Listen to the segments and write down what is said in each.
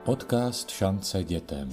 Podcast Šance dětem.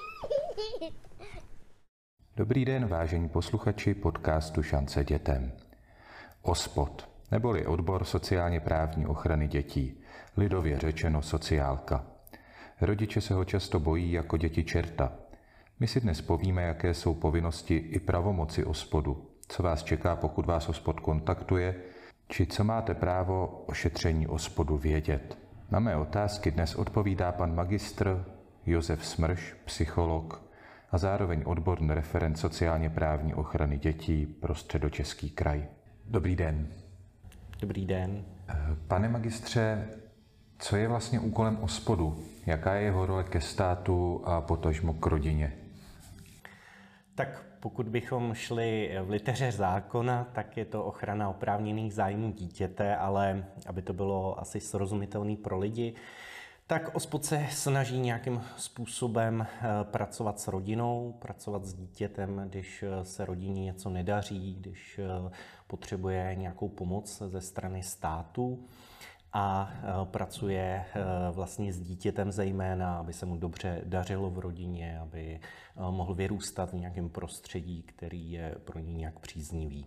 Dobrý den, vážení posluchači podcastu Šance dětem. OSPOD, neboli Odbor sociálně právní ochrany dětí, lidově řečeno sociálka. Rodiče se ho často bojí jako děti čerta. My si dnes povíme, jaké jsou povinnosti i pravomoci OSPODu, co vás čeká, pokud vás OSPOD kontaktuje, či co máte právo o šetření OSPODu vědět. Na mé otázky dnes odpovídá pan magistr Josef Smrš, psycholog a zároveň odborný referent sociálně právní ochrany dětí pro Středočeský kraj. Dobrý den. Dobrý den. Pane magistře, co je vlastně úkolem OSPODu? Jaká je jeho role ke státu a potažmo k rodině? Tak pokud bychom šli v liteře zákona, tak je to ochrana oprávněných zájmů dítěte, ale aby to bylo asi srozumitelné pro lidi, tak OSPOD se snaží nějakým způsobem pracovat s rodinou, pracovat s dítětem, když se rodině něco nedaří, když potřebuje nějakou pomoc ze strany státu. A pracuje vlastně s dítětem zejména, aby se mu dobře dařilo v rodině, aby mohl vyrůstat v nějakém prostředí, který je pro něj nějak příznivý.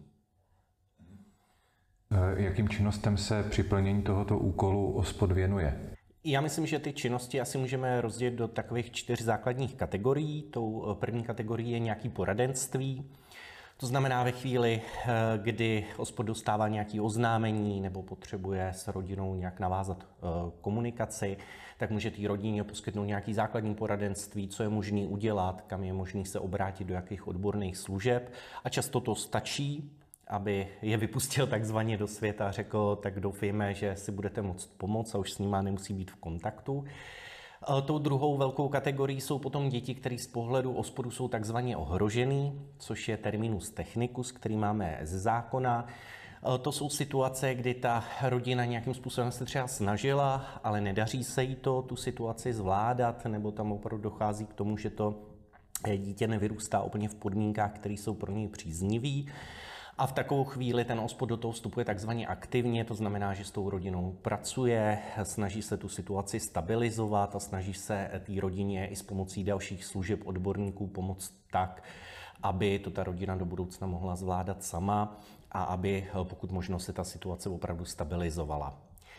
Jakým činnostem se při plnění tohoto úkolu OSPOD věnuje? Já myslím, že ty činnosti asi můžeme rozdělit do takových 4 základních kategorií. Tou první kategorií je nějaké poradenství. To znamená ve chvíli, kdy OSPOD dostává nějaké oznámení nebo potřebuje s rodinou nějak navázat komunikaci, tak může té rodině poskytnout nějaké základní poradenství, co je možné udělat, kam je možné se obrátit, do jakých odborných služeb. A často to stačí, aby je vypustil takzvaně do světa a řekl, tak doufejme, že si budete moct pomoct a už s nima nemusí být v kontaktu. Tou druhou velkou kategorií jsou potom děti, které z pohledu OSPODu jsou takzvaně ohrožený, což je terminus technicus, který máme ze zákona. To jsou situace, kdy ta rodina nějakým způsobem se třeba snažila, ale nedaří se jí to, tu situaci zvládat, nebo tam opravdu dochází k tomu, že to dítě nevyrůstá úplně v podmínkách, které jsou pro něj příznivý. A v takovou chvíli ten OSPOD do toho vstupuje takzvaně aktivně, to znamená, že s tou rodinou pracuje, snaží se tu situaci stabilizovat a snaží se té rodině i s pomocí dalších služeb odborníků pomoct tak, aby to ta rodina do budoucna mohla zvládat sama a aby pokud možno se ta situace opravdu stabilizovala.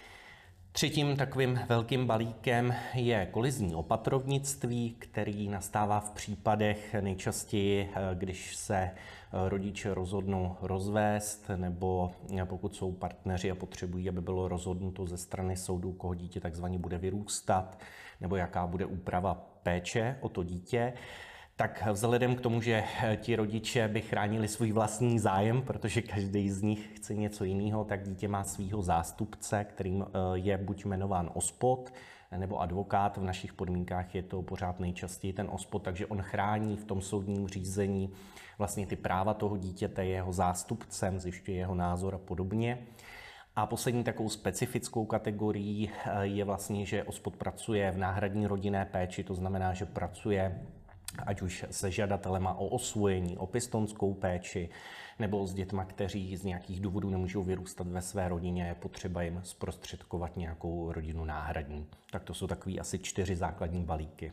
Třetím takovým velkým balíkem je kolizní opatrovnictví, který nastává v případech nejčastěji, když se rodiče rozhodnou rozvést, nebo pokud jsou partneři a potřebují, aby bylo rozhodnuto ze strany soudu, koho dítě takzvaně bude vyrůstat, nebo jaká bude úprava péče o to dítě. Tak vzhledem k tomu, že ti rodiče by chránili svůj vlastní zájem, protože každý z nich chce něco jiného, tak dítě má svýho zástupce, kterým je buď jmenován OSPOD, nebo advokát. V našich podmínkách je to pořád nejčastěji ten OSPOD, takže on chrání v tom soudním řízení vlastně ty práva toho dítěte, jeho zástupcem, zjišťuje jeho názor a podobně. A poslední takovou specifickou kategorií je vlastně, že OSPOD pracuje v náhradní rodinné péči, to znamená, že pracuje ať už se žadatelema o osvojení, o pěstounskou péči, nebo s dětma, kteří z nějakých důvodů nemůžou vyrůstat ve své rodině, je potřeba jim zprostředkovat nějakou rodinu náhradní. Tak to jsou takový asi 4 základní balíky.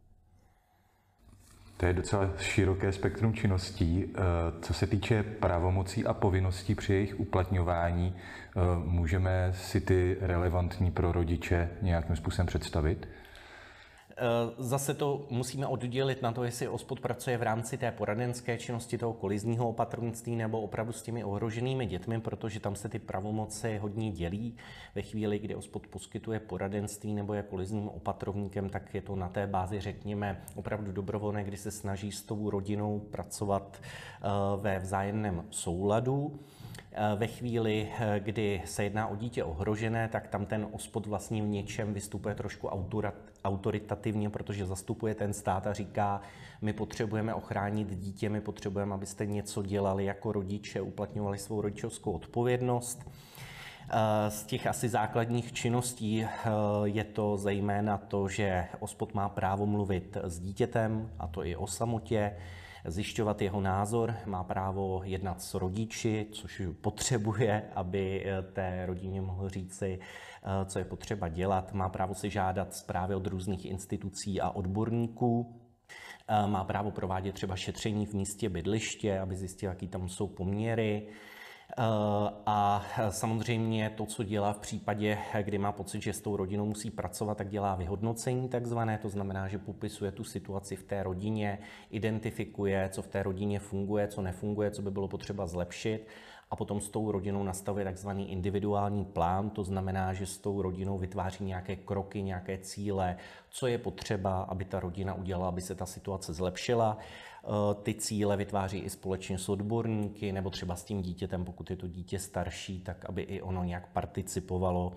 To je docela široké spektrum činností. Co se týče pravomocí a povinností při jejich uplatňování, můžeme si ty relevantní pro rodiče nějakým způsobem představit? Zase to musíme oddělit na to, jestli OSPOD pracuje v rámci té poradenské činnosti, toho kolizního opatrovnictví nebo opravdu s těmi ohroženými dětmi, protože tam se ty pravomoci hodně dělí. Ve chvíli, kdy OSPOD poskytuje poradenství nebo je kolizním opatrovníkem, tak je to na té bázi, řekněme, opravdu dobrovolné, kdy se snaží s tou rodinou pracovat ve vzájemném souladu. Ve chvíli, kdy se jedná o dítě ohrožené, tak tam ten OSPOD vlastně v něčem vystupuje trošku autoritativně, protože zastupuje ten stát a říká, my potřebujeme ochránit dítě, my potřebujeme, abyste něco dělali jako rodiče, uplatňovali svou rodičovskou odpovědnost. Z těch asi základních činností je to zejména to, že OSPOD má právo mluvit s dítětem, a to i o samotě. zjišťovat jeho názor, má právo jednat s rodiči, což potřebuje, aby té rodině mohl říci, co je potřeba dělat. Má právo si žádat zprávy od různých institucí a odborníků. Má právo provádět třeba šetření v místě bydliště, aby zjistil, jaký tam jsou poměry. A samozřejmě to, co dělá v případě, kdy má pocit, že s tou rodinou musí pracovat, tak dělá vyhodnocení takzvané, to znamená, že popisuje tu situaci v té rodině, identifikuje, co v té rodině funguje, co nefunguje, co by bylo potřeba zlepšit a potom s tou rodinou nastavuje takzvaný individuální plán, to znamená, že s tou rodinou vytváří nějaké kroky, nějaké cíle, co je potřeba, aby ta rodina udělala, aby se ta situace zlepšila. Ty cíle vytváří i společně s odborníky nebo třeba s tím dítětem, pokud je to dítě starší, tak aby i ono nějak participovalo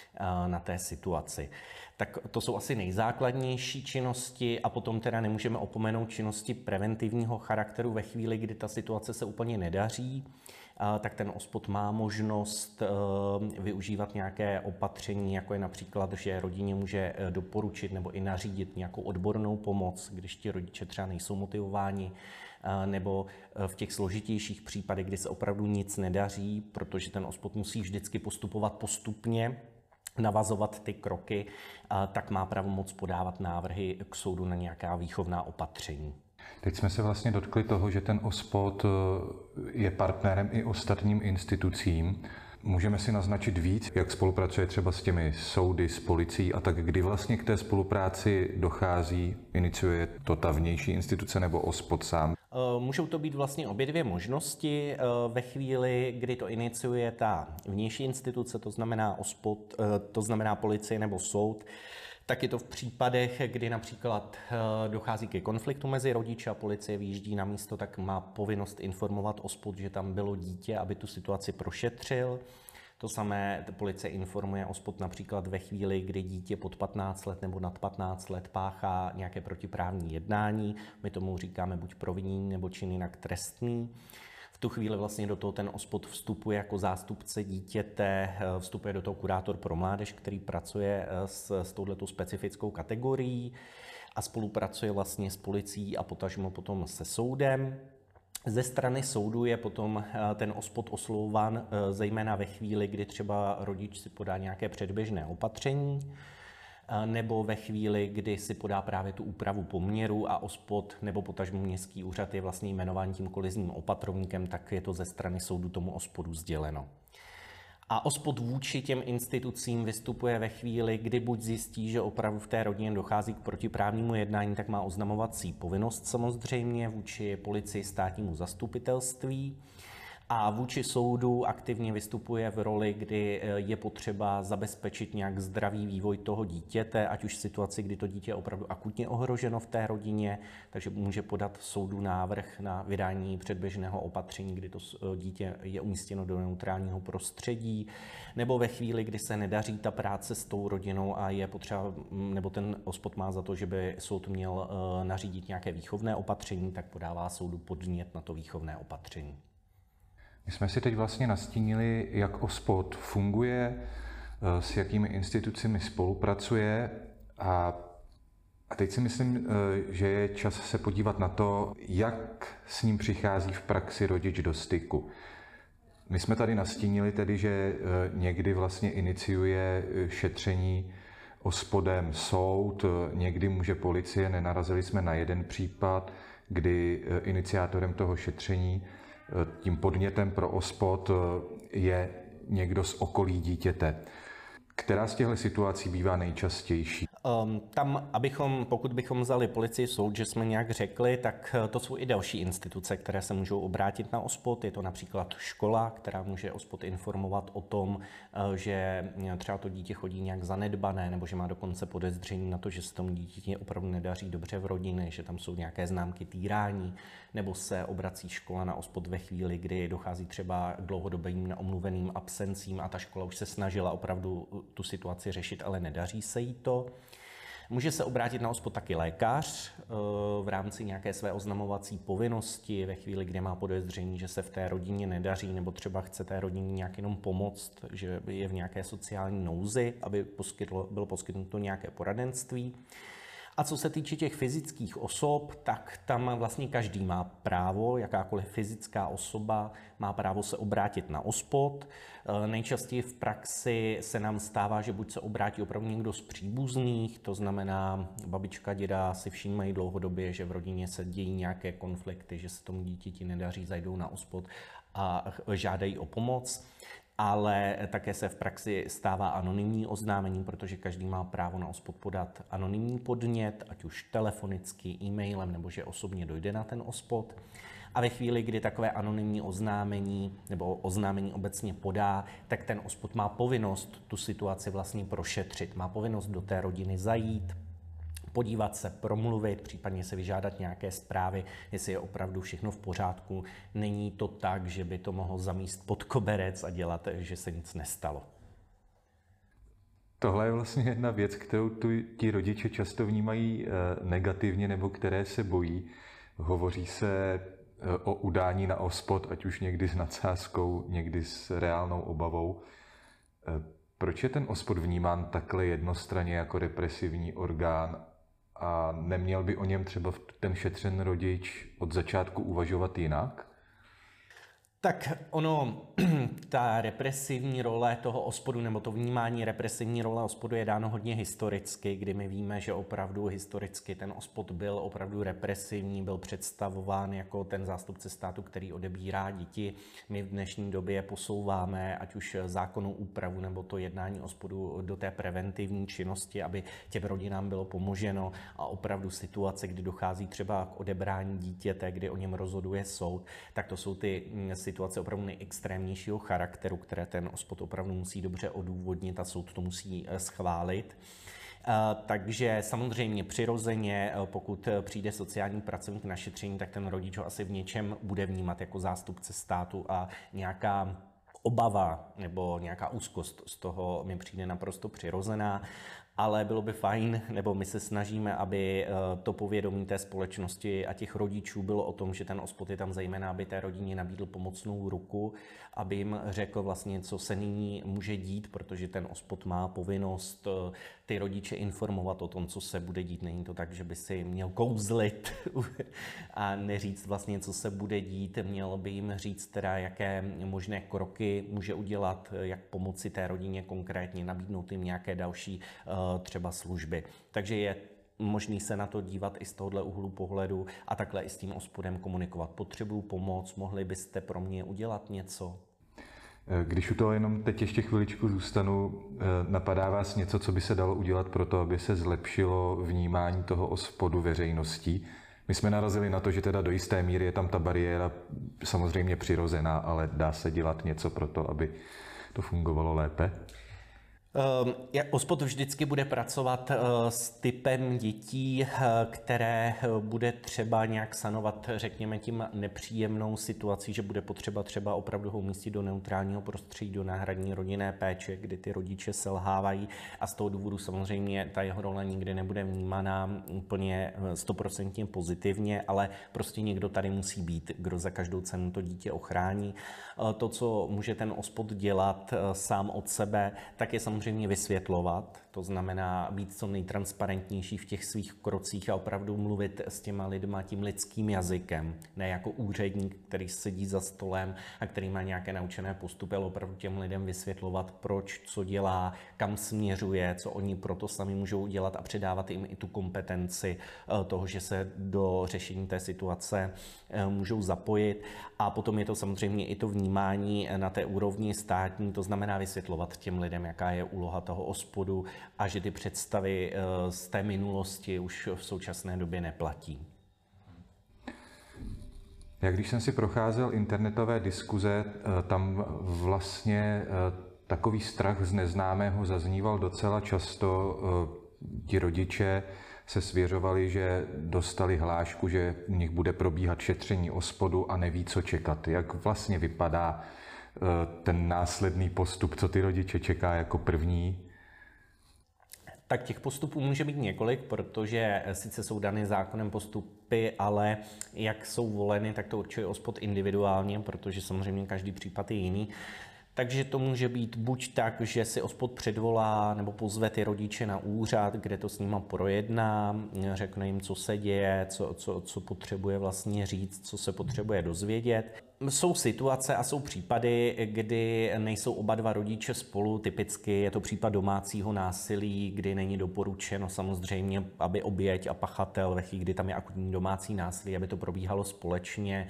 na té situaci. Tak to jsou asi nejzákladnější činnosti a potom teda nemůžeme opomenout činnosti preventivního charakteru ve chvíli, kdy ta situace se úplně nedaří, tak ten OSPOD má možnost využívat nějaké opatření, jako je například, že rodině může doporučit nebo i nařídit nějakou odbornou pomoc, když ti rodiče třeba nejsou motivováni, nebo v těch složitějších případech, kdy se opravdu nic nedaří, protože ten OSPOD musí vždycky postupovat postupně, navazovat ty kroky, tak má pravomoc podávat návrhy k soudu na nějaká výchovná opatření. Teď jsme se vlastně dotkli toho, že ten OSPOD je partnerem i ostatním institucím. Můžeme si naznačit víc, jak spolupracuje třeba s těmi soudy, s policií a tak, kdy vlastně k té spolupráci dochází, iniciuje to ta vnější instituce nebo OSPOD sám? Můžou to být vlastně obě dvě možnosti. Ve chvíli, kdy to iniciuje ta vnější instituce, to znamená OSPOD, to znamená policie nebo soud, tak je to v případech, kdy například dochází ke konfliktu mezi rodiči a policie vyjíždí na místo, tak má povinnost informovat OSPOD, že tam bylo dítě, aby tu situaci prošetřil. To samé policie informuje OSPOD například ve chvíli, kdy dítě pod 15 let nebo nad 15 let páchá nějaké protiprávní jednání. My tomu říkáme buď provinění nebo čin jinak trestný. V tu chvíli vlastně do toho ten OSPOD vstupuje jako zástupce dítěte, vstupuje do toho kurátor pro mládež, který pracuje s touhletou specifickou kategorií a spolupracuje vlastně s policií a potažmo potom se soudem. Ze strany soudu je potom ten OSPOD oslovován zejména ve chvíli, kdy třeba rodič si podá nějaké předběžné opatření, nebo ve chvíli, kdy si podá právě tu úpravu poměru a OSPOD nebo potažmo městský úřad je vlastně jmenován tím kolizním opatrovníkem, tak je to ze strany soudu tomu OSPODu sděleno. A OSPOD vůči těm institucím vystupuje ve chvíli, kdy buď zjistí, že opravdu v té rodině dochází k protiprávnímu jednání, tak má oznamovací povinnost samozřejmě vůči policii, státnímu zastupitelství. A vůči soudu aktivně vystupuje v roli, kdy je potřeba zabezpečit nějak zdravý vývoj toho dítěte, ať už v situaci, kdy to dítě je opravdu akutně ohroženo v té rodině, takže může podat soudu návrh na vydání předběžného opatření, kdy to dítě je umístěno do neutrálního prostředí, nebo ve chvíli, kdy se nedaří ta práce s tou rodinou a je potřeba, nebo ten OSPOD má za to, že by soud měl nařídit nějaké výchovné opatření, tak podává soudu podnět na to výchovné opatření. My jsme si teď vlastně nastínili, jak OSPOD funguje, s jakými institucemi spolupracuje a teď si myslím, že je čas se podívat na to, jak s ním přichází v praxi rodič do styku. My jsme tady nastínili tedy, že někdy vlastně iniciuje šetření OSPODem soud, někdy může policie, nenarazili jsme na jeden případ, kdy iniciátorem toho šetření, tím podnětem pro OSPOD je někdo z okolí dítěte. Která z těchto situací bývá nejčastější? Tam, pokud bychom vzali policii, soud, že jsme nějak řekli, tak to jsou i další instituce, které se můžou obrátit na OSPOD. Je to například škola, která může OSPOD informovat o tom, že třeba to dítě chodí nějak zanedbané, nebo že má dokonce podezření na to, že se tomu dítěti opravdu nedaří dobře v rodině, že tam jsou nějaké známky týrání, nebo se obrací škola na OSPOD ve chvíli, kdy dochází třeba k dlouhodobým neomluveným absencím a ta škola už se snažila opravdu tu situaci řešit, ale nedaří se jí to. Může se obrátit na OSPOD taky lékař v rámci nějaké své oznamovací povinnosti ve chvíli, kdy má podezření, že se v té rodině nedaří, nebo třeba chce té rodině nějak jenom pomoct, že je v nějaké sociální nouzi, aby bylo poskytnuto nějaké poradenství. A co se týče těch fyzických osob, tak tam vlastně každý má právo, jakákoliv fyzická osoba má právo se obrátit na OSPOD. Nejčastěji v praxi se nám stává, že buď se obrátí opravdu někdo z příbuzných, to znamená babička, děda si všímají dlouhodobě, že v rodině se dějí nějaké konflikty, že se tomu dítěti nedaří, zajdou na OSPOD a žádají o pomoc. Ale také se v praxi stává anonymní oznámení, protože každý má právo na OSPOD podat anonymní podnět, ať už telefonicky, e-mailem, nebo že osobně dojde na ten OSPOD. A ve chvíli, kdy takové anonymní oznámení nebo oznámení obecně podá, tak ten OSPOD má povinnost tu situaci vlastně prošetřit. Má povinnost do té rodiny zajít, podívat se, promluvit, případně se vyžádat nějaké zprávy, jestli je opravdu všechno v pořádku. Není to tak, že by to mohl zamíst pod koberec a dělat, že se nic nestalo. Tohle je vlastně jedna věc, kterou ti rodiče často vnímají negativně nebo které se bojí. Hovoří se o udání na OSPOD, ať už někdy s nadsázkou, někdy s reálnou obavou. Proč je ten OSPOD vnímán takhle jednostranně jako represivní orgán a neměl by o něm třeba ten šetřen rodič od začátku uvažovat jinak? Tak ono, ta represivní role toho OSPODu nebo to vnímání represivní role OSPODu je dáno hodně historicky, kdy my víme, že opravdu historicky ten OSPOD byl opravdu represivní, byl představován jako ten zástupce státu, který odebírá děti. My v dnešní době posouváme ať už zákonnou úpravu nebo to jednání OSPODu do té preventivní činnosti, aby těm rodinám bylo pomoženo a opravdu situace, kdy dochází třeba k odebrání dítěte, kdy o něm rozhoduje soud, tak to jsou ty situace opravdu nejextrémnějšího charakteru, které ten OSPOD opravdu musí dobře odůvodnit a soud to musí schválit. Takže samozřejmě přirozeně, pokud přijde sociální pracovník na šetření, tak ten rodič ho asi v něčem bude vnímat jako zástupce státu a nějaká obava nebo nějaká úzkost z toho mi přijde naprosto přirozená. Ale bylo by fajn, nebo my se snažíme, aby to povědomí té společnosti a těch rodičů bylo o tom, že ten OSPOD je tam zejména, aby té rodině nabídl pomocnou ruku, aby jim řekl vlastně, co se nyní může dít, protože ten OSPOD má povinnost ty rodiče informovat o tom, co se bude dít. Není to tak, že by si měl kouzlit a neříct vlastně, co se bude dít. Měl by jim říct teda, jaké možné kroky může udělat, jak pomoci té rodině konkrétně, nabídnout jim nějaké další třeba služby. Takže je možný se na to dívat i z tohohle úhlu pohledu a takhle i s tím OSPODem komunikovat. Potřebuju pomoc, mohli byste pro mě udělat něco? Když u toho jenom teď ještě chviličku zůstanu, napadá vás něco, co by se dalo udělat pro to, aby se zlepšilo vnímání toho OSPODu veřejností? My jsme narazili na to, že teda do jisté míry je tam ta bariéra samozřejmě přirozená, ale dá se dělat něco pro to, aby to fungovalo lépe? OSPOD vždycky bude pracovat s typem dětí, které bude třeba nějak sanovat, řekněme, tím nepříjemnou situací, že bude potřeba třeba opravdu ho umístit do neutrálního prostředí, do náhradní rodinné péče, kdy ty rodiče selhávají a z toho důvodu samozřejmě ta jeho role nikdy nebude vnímaná úplně 100% pozitivně, ale prostě někdo tady musí být, kdo za každou cenu to dítě ochrání. To, co může ten OSPOD dělat sám od sebe, tak je samozřejmě vysvětlovat, to znamená být co nejtransparentnější v těch svých krocích a opravdu mluvit s těma lidma tím lidským jazykem, ne jako úředník, který sedí za stolem a který má nějaké naučené postupy, ale opravdu těm lidem vysvětlovat, proč, co dělá, kam směřuje, co oni proto sami můžou udělat a předávat jim i tu kompetenci toho, že se do řešení té situace můžou zapojit. A potom je to samozřejmě i to vnímání na té úrovni státní, to znamená vysvětlovat těm lidem, jaká je úloha toho OSPODu a že ty představy z té minulosti už v současné době neplatí. Když jsem si procházel internetové diskuze, tam vlastně takový strach z neznámého zazníval docela často. Ti rodiče se svěřovali, že dostali hlášku, že u nich bude probíhat šetření OSPODu a neví, co čekat. Jak vlastně vypadá ten následný postup, co ty rodiče čeká jako první? Tak těch postupů může být několik, protože sice jsou dané zákonem postupy, ale jak jsou voleny, tak to určuje OSPOD individuálně, protože samozřejmě každý případ je jiný. Takže to může být buď tak, že si OSPOD předvolá nebo pozve ty rodiče na úřad, kde to s nima projedná, řekne jim, co se děje, co potřebuje vlastně říct, co se potřebuje dozvědět. Jsou situace a jsou případy, kdy nejsou oba dva rodiče spolu. Typicky je to případ domácího násilí, kdy není doporučeno samozřejmě, aby oběť a pachatel ve chvíli, kdy tam je akutní domácí násilí, aby to probíhalo společně.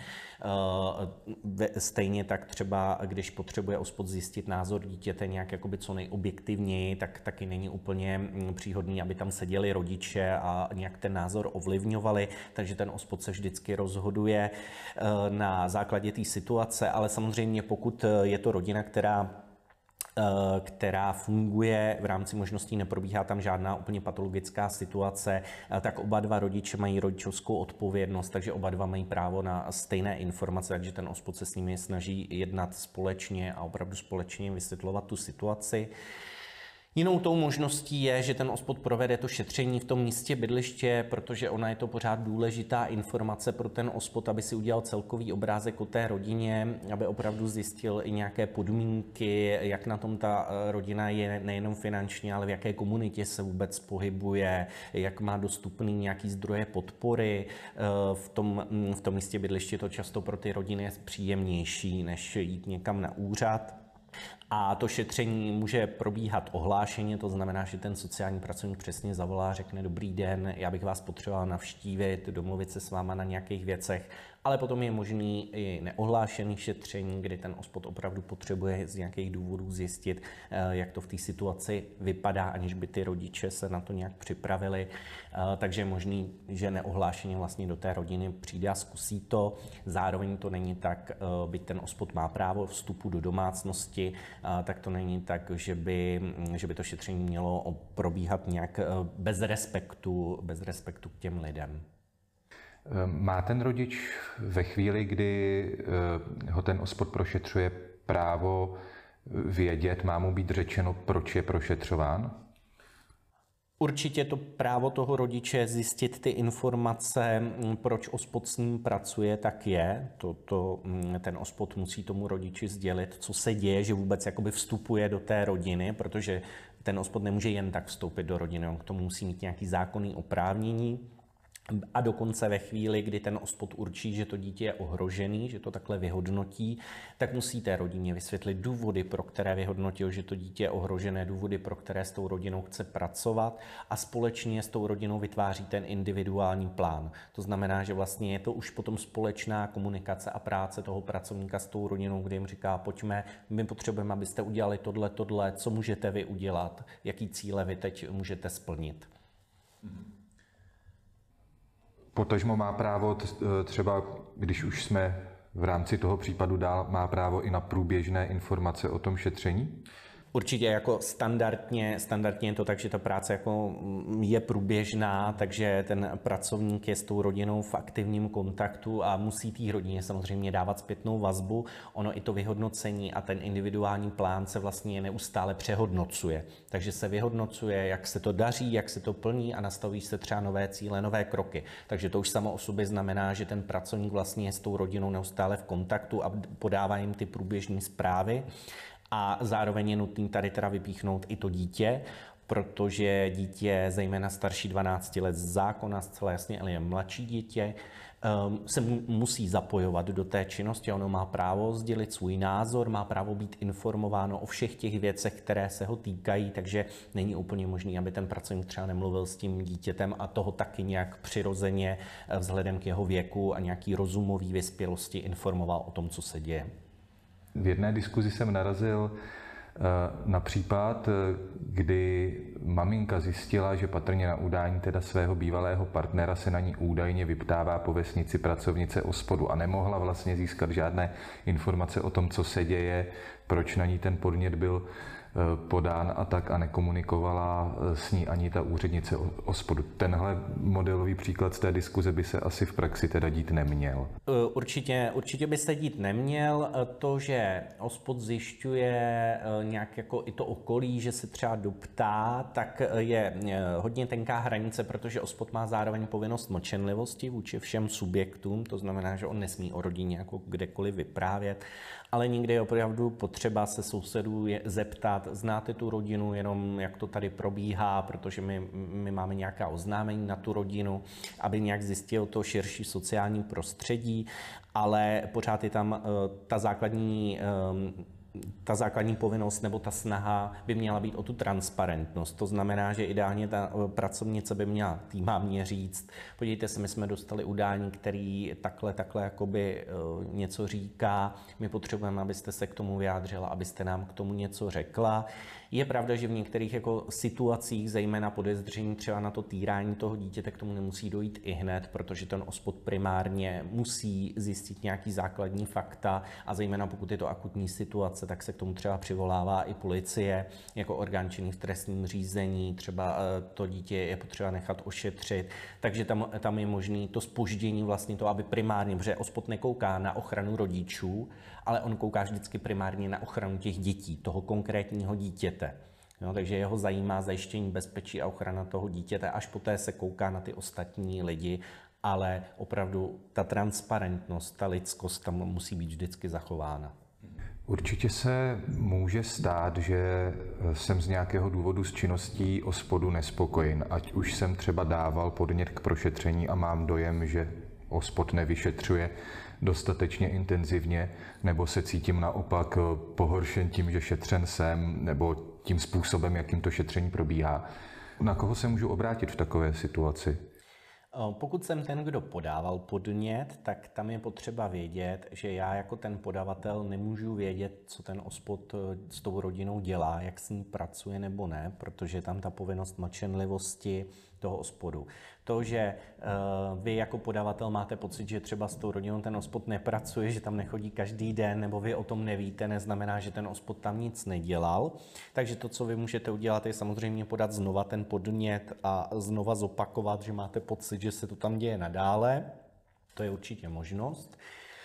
Stejně tak třeba, když potřebuje OSPOD zjistit názor dítěte nějak jakoby co nejobjektivněji, tak taky není úplně příhodný, aby tam seděli rodiče a nějak ten názor ovlivňovali, takže ten OSPOD se vždycky rozhoduje na základě té situace, ale samozřejmě pokud je to rodina, která funguje v rámci možností, neprobíhá tam žádná úplně patologická situace, tak oba dva rodiče mají rodičovskou odpovědnost, takže oba dva mají právo na stejné informace, takže ten OSPOD se s nimi snaží jednat společně a opravdu společně vysvětlovat tu situaci. Jinou tou možností je, že ten OSPOD provede to šetření v tom místě bydliště, protože ona je to pořád důležitá informace pro ten OSPOD, aby si udělal celkový obrázek o té rodině, aby opravdu zjistil i nějaké podmínky, jak na tom ta rodina je nejenom finančně, ale v jaké komunitě se vůbec pohybuje, jak má dostupný nějaký zdroje podpory. V tom místě bydliště to často pro ty rodiny je příjemnější, než jít někam na úřad. A to šetření může probíhat ohlášeně, to znamená, že ten sociální pracovník přesně zavolá, řekne dobrý den, já bych vás potřeboval navštívit, domluvit se s váma na nějakých věcech, ale potom je možný i neohlášený šetření, kdy ten OSPOD opravdu potřebuje z nějakých důvodů zjistit, jak to v té situaci vypadá, aniž by ty rodiče se na to nějak připravili. Takže je možný, že neohlášeně vlastně do té rodiny přijde a zkusí to. Zároveň to není tak, byť ten OSPOD má právo vstupu do domácnosti, tak to není tak, že by to šetření mělo probíhat nějak bez respektu k těm lidem. Má ten rodič ve chvíli, kdy ho ten OSPOD prošetřuje, právo vědět, má mu být řečeno, proč je prošetřován? Určitě to právo toho rodiče zjistit ty informace, proč OSPOD s ním pracuje, tak je. Ten OSPOD musí tomu rodiči sdělit, co se děje, že vůbec jakoby vstupuje do té rodiny, protože ten OSPOD nemůže jen tak vstoupit do rodiny, on k tomu musí mít nějaký zákonný oprávnění. A dokonce ve chvíli, kdy ten OSPOD určí, že to dítě je ohrožený, že to takhle vyhodnotí, tak musí té rodině vysvětlit důvody, pro které vyhodnotil, že to dítě je ohrožené, důvody, pro které s tou rodinou chce pracovat a společně s tou rodinou vytváří ten individuální plán. To znamená, že vlastně je to už potom společná komunikace a práce toho pracovníka s tou rodinou, kdy jim říká, pojďme, my potřebujeme, abyste udělali tohle, co můžete vy udělat, jaký cíle vy teď můžete splnit. Potažmo má právo třeba, když už jsme v rámci toho případu dál, má právo i na průběžné informace o tom šetření? Určitě jako standardně je to tak, že ta práce jako je průběžná, takže ten pracovník je s tou rodinou v aktivním kontaktu a musí té rodině samozřejmě dávat zpětnou vazbu. Ono i to vyhodnocení a ten individuální plán se vlastně neustále přehodnocuje. Takže se vyhodnocuje, jak se to daří, jak se to plní a nastavují se třeba nové cíle, nové kroky. Takže to už samo o sobě znamená, že ten pracovník vlastně je s tou rodinou neustále v kontaktu a podává jim ty průběžné zprávy. A zároveň je nutný tady teda vypíchnout i to dítě, protože dítě, zejména starší 12 let z zákona, zcela jasně, ale je mladší dítě, se musí zapojovat do té činnosti. Ono má právo sdělit svůj názor, má právo být informováno o všech těch věcech, které se ho týkají, takže není úplně možné, aby ten pracovník třeba nemluvil s tím dítětem a toho taky nějak přirozeně vzhledem k jeho věku a nějaký rozumový vyspělosti informoval o tom, co se děje. V jedné diskuzi jsem narazil na případ, kdy maminka zjistila, že patrně na udání teda svého bývalého partnera se na ní údajně vyptává po vesnici pracovnice OSPODu a nemohla vlastně získat žádné informace o tom, co se děje, proč na ní ten podnět byl podán a tak a nekomunikovala s ní ani ta úřednice OSPODu. Tenhle modelový příklad z té diskuze by se asi v praxi teda dít neměl. Určitě by se dít neměl. To, že OSPOD zjišťuje nějak jako i to okolí, že se třeba doptá, tak je hodně tenká hranice, protože OSPOD má zároveň povinnost mlčenlivosti vůči všem subjektům, to znamená, že on nesmí o rodině jako kdekoliv vyprávět, ale někdy je opravdu potřeba se sousedů zeptat, znáte tu rodinu, jenom jak to tady probíhá, protože my máme nějaká oznámení na tu rodinu, aby nějak zjistil to širší sociální prostředí, ale pořád je tam ta základní povinnost nebo ta snaha by měla být o tu transparentnost. To znamená, že ideálně ta pracovnice by měla týmávně říct, podívejte se, my jsme dostali udání, který takhle jakoby něco říká, my potřebujeme, abyste se k tomu vyjádřila, abyste nám k tomu něco řekla. Je pravda, že v některých jako situacích, zejména podezření třeba na to týrání toho dítěte, k tomu nemusí dojít i hned, protože ten OSPOD primárně musí zjistit nějaký základní fakta a zejména pokud je to akutní situace, tak se k tomu třeba přivolává i policie jako orgán činný v trestním řízení, třeba to dítě je potřeba nechat ošetřit, takže tam je možné to zpoždění vlastně to, aby primárně, protože OSPOD nekouká na ochranu rodičů, ale on kouká vždycky primárně na ochranu těch dětí, toho konkrétního dítěte. No, takže jeho zajímá zajištění bezpečí a ochrana toho dítěte, až poté se kouká na ty ostatní lidi, ale opravdu ta transparentnost, ta lidskost tam musí být vždycky zachována. Určitě se může stát, že jsem z nějakého důvodu s činností OSPODu nespokojen, ať už jsem třeba dával podnět k prošetření a mám dojem, že OSPOD nevyšetřuje dostatečně intenzivně, nebo se cítím naopak pohoršen tím, že šetřen jsem, nebo tím způsobem, jakým to šetření probíhá. Na koho se můžu obrátit v takové situaci? Pokud jsem ten, kdo podával podnět, tak tam je potřeba vědět, že já jako ten podavatel nemůžu vědět, co ten OSPOD s tou rodinou dělá, jak s ní pracuje nebo ne, protože je tam ta povinnost mlčenlivosti toho OSPODu. To, že vy jako podavatel máte pocit, že třeba s tou rodinou ten OSPOD nepracuje, že tam nechodí každý den, nebo vy o tom nevíte, neznamená, že ten OSPOD tam nic nedělal. Takže to, co vy můžete udělat, je samozřejmě podat znova ten podnět a znova zopakovat, že máte pocit, že se to tam děje nadále. To je určitě možnost.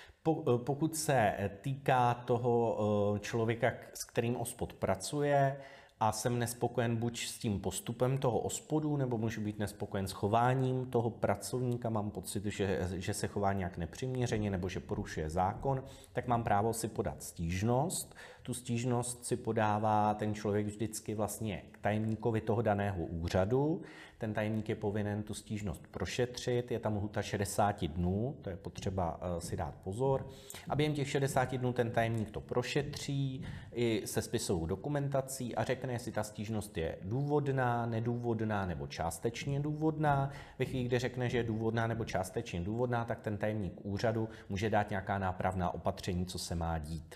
Pokud se týká toho člověka, s kterým OSPOD pracuje, a jsem nespokojen buď s tím postupem toho OSPODu, nebo můžu být nespokojen s chováním toho pracovníka, mám pocit, že se chová nějak nepřiměřeně nebo že porušuje zákon, tak mám právo si podat stížnost. Tu stížnost si podává ten člověk vždycky vlastně k tajemníkovi toho daného úřadu. Ten tajemník je povinen tu stížnost prošetřit, je tam lhůta 60 dnů, to je potřeba si dát pozor. A během těch 60 dnů ten tajemník to prošetří i se spisovou dokumentací a řekne, jestli ta stížnost je důvodná, nedůvodná nebo částečně důvodná. Ve chvíli, kdy řekne, že je důvodná nebo částečně důvodná, tak ten tajemník úřadu může dát nějaká nápravná opatření, co se má dít.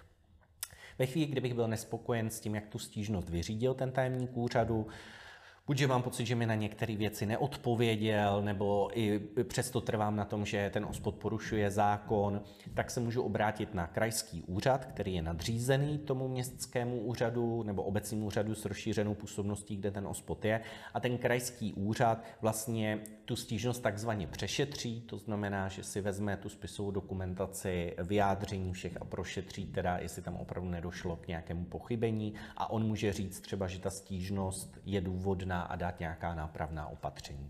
Ve chvíli, kdybych byl nespokojen s tím, jak tu stížnost vyřídil ten tajemník úřadu, buďže mám pocit, že mi na některé věci neodpověděl, nebo i přesto trvám na tom, že ten OSPOD porušuje zákon, tak se můžu obrátit na krajský úřad, který je nadřízený tomu městskému úřadu nebo obecnímu úřadu s rozšířenou působností, kde ten OSPOD je. A ten krajský úřad vlastně tu stížnost takzvaně přešetří, to znamená, že si vezme tu spisovou dokumentaci, vyjádření všech a prošetří teda, jestli tam opravdu nedošlo k nějakému pochybení a on může říct třeba, že ta stížnost je důvodná a dát nějaká nápravná opatření.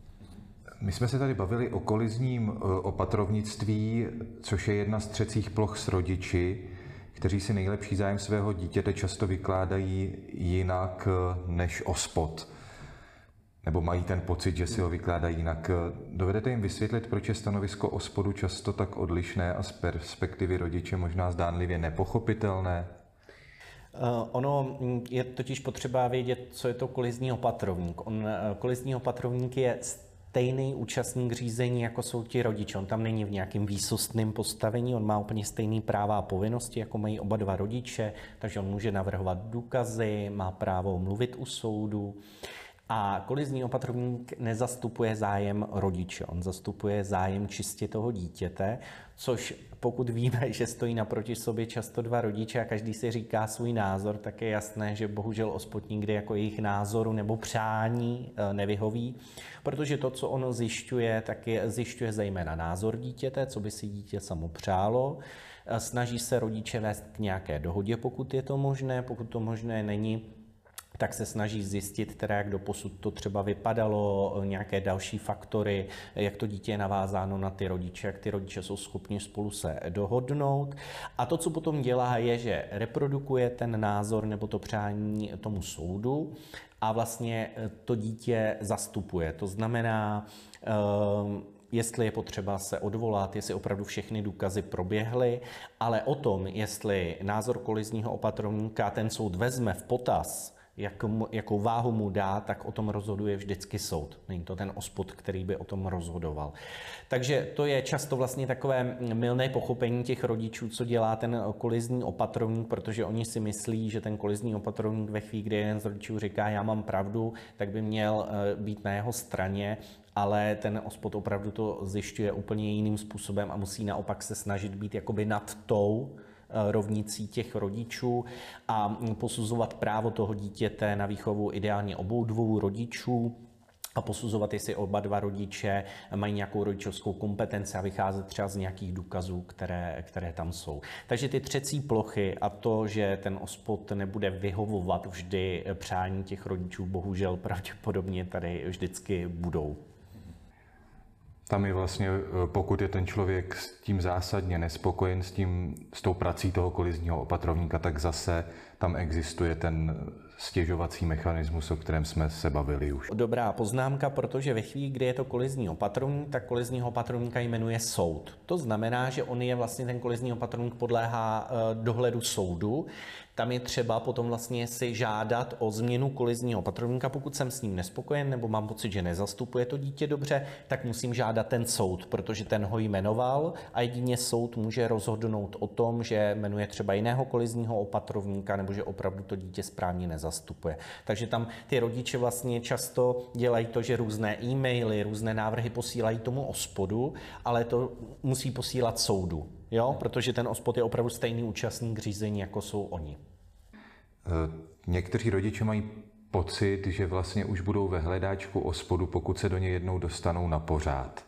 My jsme se tady bavili o kolizním opatrovnictví, což je jedna z třecích ploch s rodiči, kteří si nejlepší zájem svého dítěte často vykládají jinak než OSPOD. Nebo mají ten pocit, že si ho vykládají jinak. Dovedete jim vysvětlit, proč je stanovisko OSPODu často tak odlišné a z perspektivy rodiče možná zdánlivě nepochopitelné? Ono je totiž potřeba vědět, co je to kolizní opatrovník. Kolizní opatrovník je stejný účastník řízení, jako jsou ti rodiče. On tam není v nějakém výsostném postavení, on má úplně stejný práva a povinnosti, jako mají oba dva rodiče, takže on může navrhovat důkazy, má právo mluvit u soudu. A kolizní opatrovník nezastupuje zájem rodiče, on zastupuje zájem čistě toho dítěte, což pokud víme, že stojí naproti sobě často dva rodiče a každý si říká svůj názor, tak je jasné, že bohužel OSPOD nikdy jako jejich názoru nebo přání nevyhoví, protože to, co ono zjišťuje, tak zjišťuje zejména názor dítěte, co by si dítě samo přálo. Snaží se rodiče vést k nějaké dohodě, pokud je to možné, pokud to možné není, tak se snaží zjistit, teda, jak doposud to třeba vypadalo, nějaké další faktory, jak to dítě je navázáno na ty rodiče, jak ty rodiče jsou schopni spolu se dohodnout. A to, co potom dělá, je, že reprodukuje ten názor nebo to přání tomu soudu a vlastně to dítě zastupuje. To znamená, jestli je potřeba se odvolat, jestli opravdu všechny důkazy proběhly, ale o tom, jestli názor kolizního opatrovníka ten soud vezme v potaz, jakou váhu mu dá, tak o tom rozhoduje vždycky soud. Není to ten OSPOD, který by o tom rozhodoval. Takže to je často vlastně takové mylné pochopení těch rodičů, co dělá ten kolizní opatrovník, protože oni si myslí, že ten kolizní opatrovník ve chvíli, kdy jeden z rodičů říká, já mám pravdu, tak by měl být na jeho straně, ale ten OSPOD opravdu to zjišťuje úplně jiným způsobem a musí naopak se snažit být jakoby nad tou rovnicí těch rodičů a posuzovat právo toho dítěte na výchovu ideálně obou dvou rodičů a posuzovat, jestli oba dva rodiče mají nějakou rodičovskou kompetenci a vycházet třeba z nějakých důkazů, které tam jsou. Takže ty třecí plochy a to, že ten OSPOD nebude vyhovovat vždy přání těch rodičů, bohužel pravděpodobně tady vždycky budou. Tam je vlastně, pokud je ten člověk s tím zásadně nespokojen, s tou prací toho kolizního opatrovníka, tak zase tam existuje ten stěžovací mechanismus, o kterém jsme se bavili už. Dobrá poznámka, protože ve chvíli, kdy je to kolizní opatrovník, tak kolizního opatrovníka jmenuje soud. To znamená, že on je vlastně ten kolizní opatrovník podléhá dohledu soudu. Tam je třeba potom vlastně si žádat o změnu kolizního opatrovníka, pokud jsem s ním nespokojen nebo mám pocit, že nezastupuje to dítě dobře, tak musím žádat ten soud, protože ten ho jmenoval a jedině soud může rozhodnout o tom, že jmenuje třeba jiného kolizního opatrovníka nebo že opravdu to dítě správně nezastupuje. Takže tam ty rodiče vlastně často dělají to, že různé e-maily, různé návrhy posílají tomu OSPODu, ale to musí posílat soudu. Jo, protože ten OSPOD je opravdu stejný účastník řízení, jako jsou oni. Někteří rodiče mají pocit, že vlastně už budou ve hledáčku OSPODu, pokud se do něj jednou dostanou na pořád.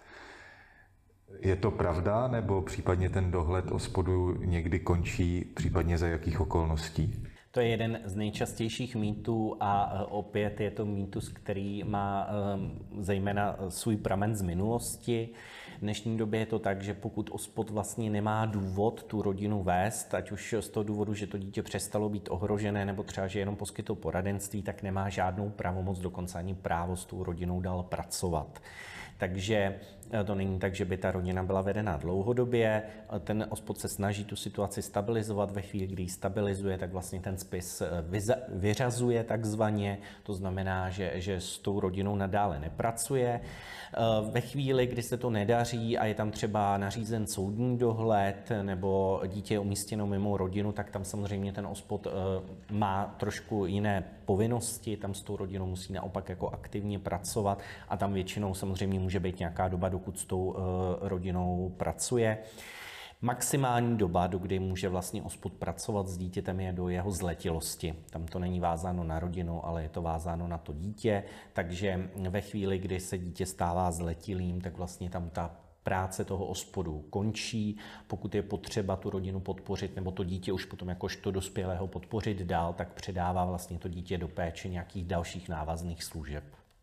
Je to pravda, nebo případně ten dohled OSPODu někdy končí, případně za jakých okolností? To je jeden z nejčastějších mýtů a opět je to mýtus, který má zejména svůj pramen z minulosti. V dnešní době je to tak, že pokud OSPOD vlastně nemá důvod tu rodinu vést, ať už z toho důvodu, že to dítě přestalo být ohrožené, nebo třeba, že jenom poskytl poradenství, tak nemá žádnou pravomoc, dokonce ani právo s tou rodinou dál pracovat. Takže to není tak, že by ta rodina byla vedena dlouhodobě. Ten OSPOD se snaží tu situaci stabilizovat. Ve chvíli, kdy ji stabilizuje, tak vlastně ten spis vyřazuje takzvaně. To znamená, že s tou rodinou nadále nepracuje. Ve chvíli, kdy se to nedaří a je tam třeba nařízen soudní dohled nebo dítě je umístěno mimo rodinu, tak tam samozřejmě ten OSPOD má trošku jiné povinnosti. Tam s tou rodinou musí naopak jako aktivně pracovat a tam většinou samozřejmě může být nějaká doba, dokud s tou rodinou pracuje. Maximální doba, do kdy může vlastně OSPOD pracovat s dítětem, je do jeho zletilosti. Tam to není vázáno na rodinu, ale je to vázáno na to dítě, takže ve chvíli, kdy se dítě stává zletilým, tak vlastně tam ta práce toho OSPODu končí. Pokud je potřeba tu rodinu podpořit, nebo to dítě už potom jakožto dospělého podpořit dál, tak předává vlastně to dítě do péče nějakých dalších návazných služeb.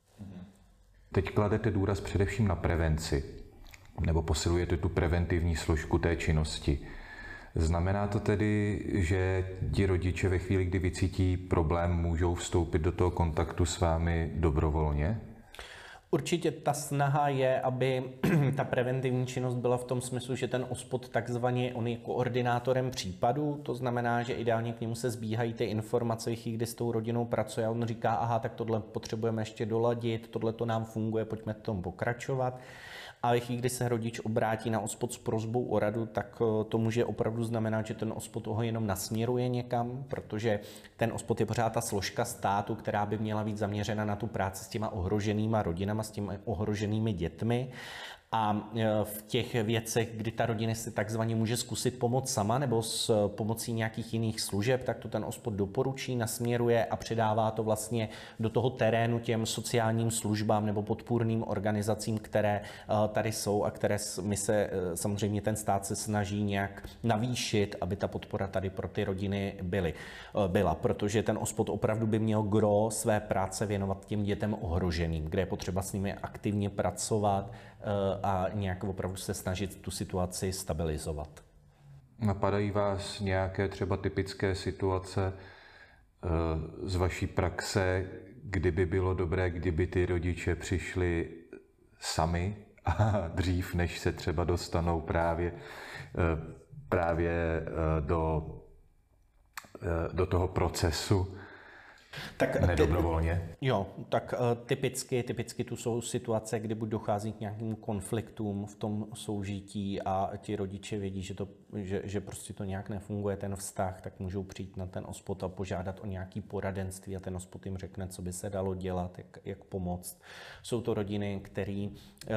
Teď kladete důraz především na prevenci, nebo posilujete tu preventivní složku té činnosti. Znamená to tedy, že ti rodiče ve chvíli, kdy vycítí problém, můžou vstoupit do toho kontaktu s vámi dobrovolně? Určitě ta snaha je, aby ta preventivní činnost byla v tom smyslu, že ten OSPOD takzvaně on je koordinátorem případu, to znamená, že ideálně k němu se sbíhají ty informace, kdy s tou rodinou pracuje a on říká, aha, tak tohle potřebujeme ještě doladit, tohle to nám funguje, pojďme v tom pokračovat. A ve chvíli, kdy se rodič obrátí na OSPOD s prosbou o radu, tak to může opravdu znamenat, že ten OSPOD ho jenom nasměruje někam, protože ten OSPOD je pořád ta složka státu, která by měla být zaměřena na tu práci s těma ohroženýma rodinama, s těmi ohroženými dětmi. A v těch věcech, kdy ta rodina si takzvaně může zkusit pomoct sama nebo s pomocí nějakých jiných služeb, tak to ten OSPOD doporučí, nasměruje a předává to vlastně do toho terénu těm sociálním službám nebo podpůrným organizacím, které tady jsou a které my se samozřejmě ten stát se snaží nějak navýšit, aby ta podpora tady pro ty rodiny byla, protože ten OSPOD opravdu by měl gro své práce věnovat těm dětem ohroženým, kde je potřeba s nimi aktivně pracovat a nějak opravdu se snažit tu situaci stabilizovat. Napadají vás nějaké třeba typické situace z vaší praxe, kdyby bylo dobré, kdyby ty rodiče přišli sami a dřív, než se třeba dostanou právě do toho procesu? Tak nedobrovolně? Jo, tak typicky tu jsou situace, kdy buď dochází k nějakým konfliktům v tom soužití a ti rodiče vědí, že prostě to nějak nefunguje, ten vztah, tak můžou přijít na ten OSPOD a požádat o nějaké poradenství a ten OSPOD jim řekne, co by se dalo dělat, jak pomoct. Jsou to rodiny, které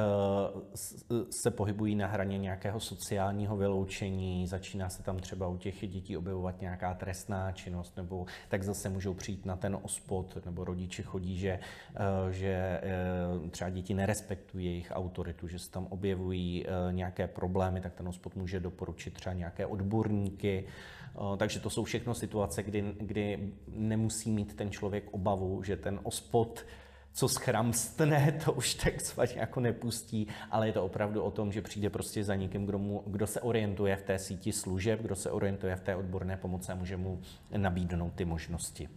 se pohybují na hraně nějakého sociálního vyloučení, začíná se tam třeba u těch dětí objevovat nějaká trestná činnost, nebo tak zase můžou přijít na ten OSPOD, nebo rodiče chodí, že třeba děti nerespektují jejich autoritu, že se tam objevují nějaké problémy, tak ten OSPOD může doporučit třeba nějaké odborníky. Takže to jsou všechno situace, kdy nemusí mít ten člověk obavu, že ten OSPOD co schramstne, to už takzvaně jako nepustí, ale je to opravdu o tom, že přijde prostě za někým, kdo se orientuje v té síti služeb, kdo se orientuje v té odborné pomoci a může mu nabídnout ty možnosti.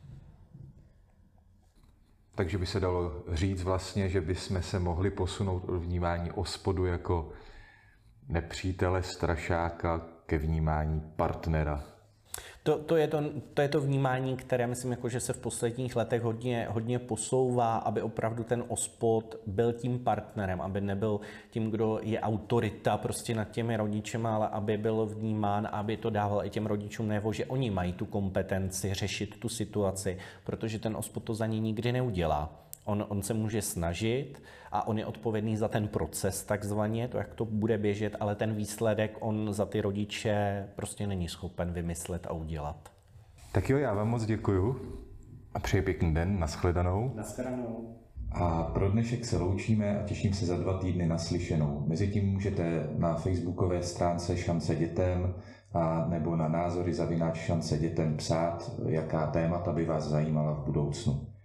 Takže by se dalo říct vlastně, že bychom se mohli posunout od vnímání OSPODu jako nepřítele, strašáka ke vnímání partnera. To je to vnímání, které myslím, jako, že se v posledních letech hodně posouvá, aby opravdu ten OSPOD byl tím partnerem, aby nebyl tím, kdo je autorita prostě nad těmi rodičemi, ale aby byl vnímán, aby to dával i těm rodičům najevo, že oni mají tu kompetenci řešit tu situaci, protože ten OSPOD to za ně nikdy neudělá. On se může snažit a on je odpovědný za ten proces takzvaně, to jak to bude běžet, ale ten výsledek on za ty rodiče prostě není schopen vymyslet a udělat. Tak jo, já vám moc děkuju a přeji pěkný den, nashledanou. Nashledanou. A pro dnešek se loučíme a těším se za 2 týdny naslyšenou. Mezitím můžete na facebookové stránce Šance dětem a nebo na názory @šancedětem psát, jaká témata by vás zajímala v budoucnu.